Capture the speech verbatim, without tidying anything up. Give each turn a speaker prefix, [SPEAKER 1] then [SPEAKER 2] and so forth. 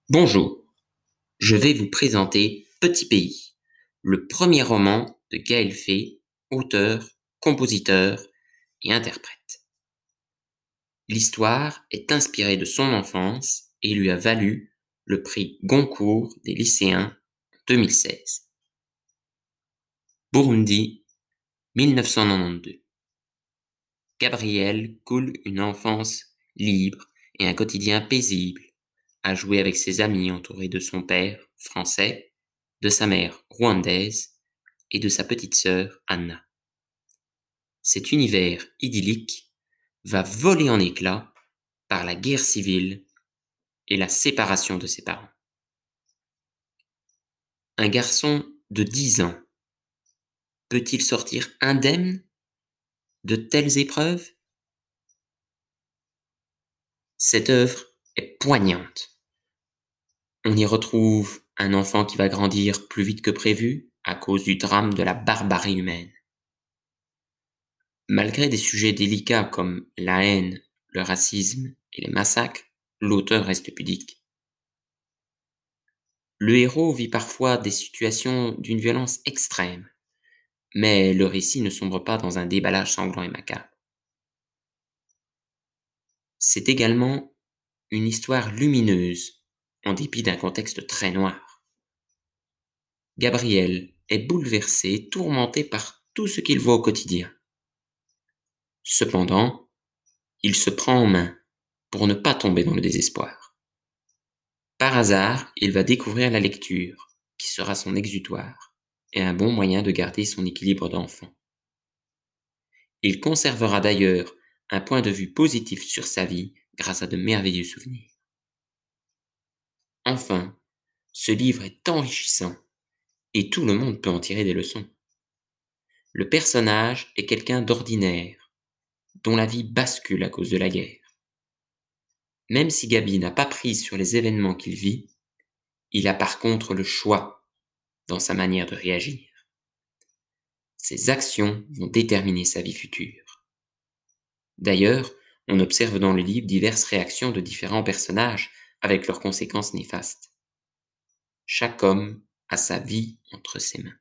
[SPEAKER 1] Bonjour, je vais vous présenter Petit Pays, le premier roman de Gaël Faye, auteur, compositeur et interprète. L'histoire est inspirée de son enfance et lui a valu le prix Goncourt des lycéens en deux mille seize. Burundi, mille neuf cent quatre-vingt-douze. Gabriel coule une enfance libre et un quotidien paisible, à jouer avec ses amis entouré de son père, français, de sa mère, rwandaise, et de sa petite sœur, Anna. Cet univers idyllique va voler en éclats par la guerre civile et la séparation de ses parents. Un garçon de dix ans peut-il sortir indemne de telles épreuves? Cette œuvre est poignante. On y retrouve un enfant qui va grandir plus vite que prévu à cause du drame de la barbarie humaine. Malgré des sujets délicats comme la haine, le racisme et les massacres, l'auteur reste pudique. Le héros vit parfois des situations d'une violence extrême, mais le récit ne sombre pas dans un déballage sanglant et macabre. C'est également une histoire lumineuse, en dépit d'un contexte très noir. Gabriel est bouleversé, tourmenté par tout ce qu'il voit au quotidien. Cependant, il se prend en main pour ne pas tomber dans le désespoir. Par hasard, il va découvrir la lecture, qui sera son exutoire, et un bon moyen de garder son équilibre d'enfant. Il conservera d'ailleurs un point de vue positif sur sa vie grâce à de merveilleux souvenirs. Enfin, ce livre est enrichissant, et tout le monde peut en tirer des leçons. Le personnage est quelqu'un d'ordinaire, dont la vie bascule à cause de la guerre. Même si Gabi n'a pas prise sur les événements qu'il vit, il a par contre le choix dans sa manière de réagir. Ses actions vont déterminer sa vie future. D'ailleurs, on observe dans le livre diverses réactions de différents personnages avec leurs conséquences néfastes. Chaque homme a sa vie entre ses mains.